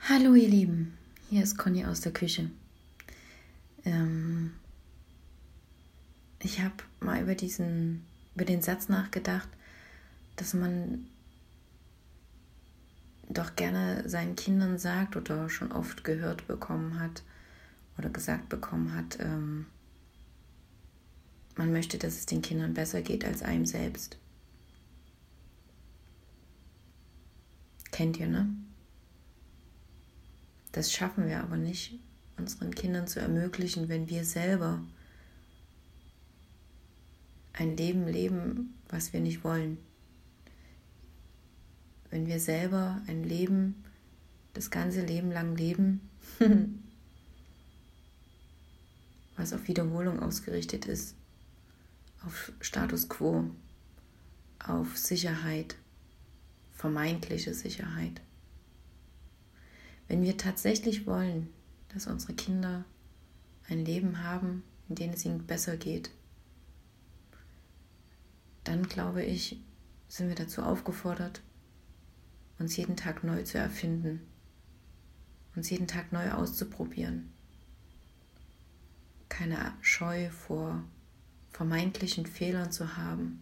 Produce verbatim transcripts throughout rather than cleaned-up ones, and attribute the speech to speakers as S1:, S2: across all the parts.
S1: Hallo ihr Lieben, hier ist Conny aus der Küche. Ähm, ich habe mal über diesen, über den Satz nachgedacht, dass man doch gerne seinen Kindern sagt oder schon oft gehört bekommen hat oder gesagt bekommen hat, ähm, man möchte, dass es den Kindern besser geht als einem selbst. Kennt ihr, ne? Das schaffen wir aber nicht, unseren Kindern zu ermöglichen, wenn wir selber ein Leben leben, was wir nicht wollen. Wenn wir selber ein Leben, das ganze Leben lang leben, was auf Wiederholung ausgerichtet ist, auf Status quo, auf Sicherheit, vermeintliche Sicherheit. Wenn wir tatsächlich wollen, dass unsere Kinder ein Leben haben, in dem es ihnen besser geht, dann glaube ich, sind wir dazu aufgefordert, uns jeden Tag neu zu erfinden, uns jeden Tag neu auszuprobieren. Keine Scheu vor vermeintlichen Fehlern zu haben.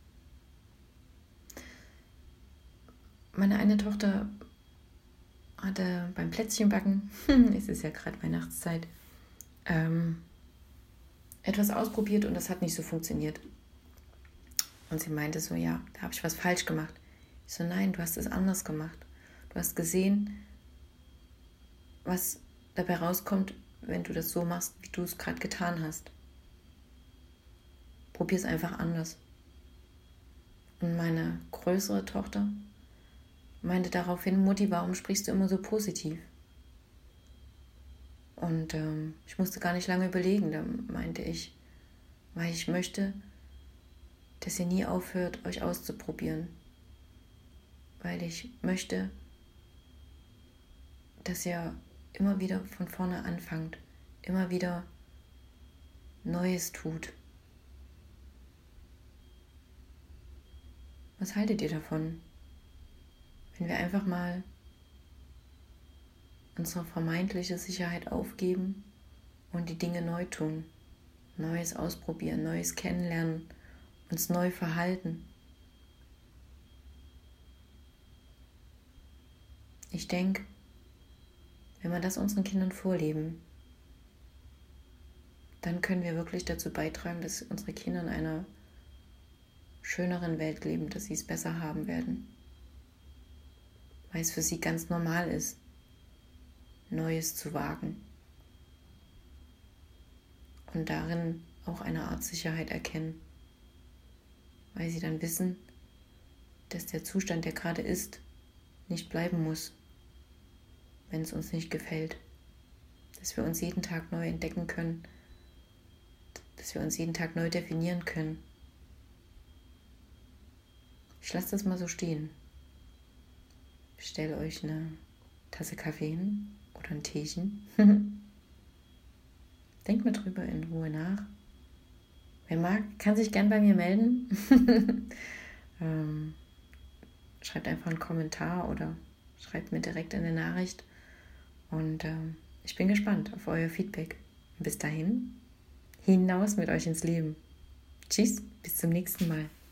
S1: Meine eine Tochter hatte beim Plätzchenbacken, es ist ja gerade Weihnachtszeit, ähm, etwas ausprobiert und das hat nicht so funktioniert. Und sie meinte so, ja, da habe ich was falsch gemacht. Ich so, nein, du hast es anders gemacht. Du hast gesehen, was dabei rauskommt, wenn du das so machst, wie du es gerade getan hast. Probier es einfach anders. Und meine größere Tochter meinte daraufhin, Mutti, warum sprichst du immer so positiv? Und ähm, ich musste gar nicht lange überlegen, da meinte ich, weil ich möchte, dass ihr nie aufhört, euch auszuprobieren. Weil ich möchte, dass ihr immer wieder von vorne anfangt, immer wieder Neues tut. Was haltet ihr davon, wenn wir einfach mal unsere vermeintliche Sicherheit aufgeben und die Dinge neu tun, Neues ausprobieren, Neues kennenlernen, uns neu verhalten? Ich denke, wenn wir das unseren Kindern vorleben, dann können wir wirklich dazu beitragen, dass unsere Kinder in einer schöneren Welt leben, dass sie es besser haben werden. Weil es für sie ganz normal ist, Neues zu wagen. Und darin auch eine Art Sicherheit erkennen. Weil sie dann wissen, dass der Zustand, der gerade ist, nicht bleiben muss, wenn es uns nicht gefällt. Dass wir uns jeden Tag neu entdecken können, dass wir uns jeden Tag neu definieren können. Ich lasse das mal so stehen. Stellt euch eine Tasse Kaffee hin oder ein Teechen. Denkt mal drüber in Ruhe nach. Wer mag, kann sich gern bei mir melden. ähm, schreibt einfach einen Kommentar oder schreibt mir direkt eine Nachricht. Und ähm, ich bin gespannt auf euer Feedback. Bis dahin, hinaus mit euch ins Leben. Tschüss, bis zum nächsten Mal.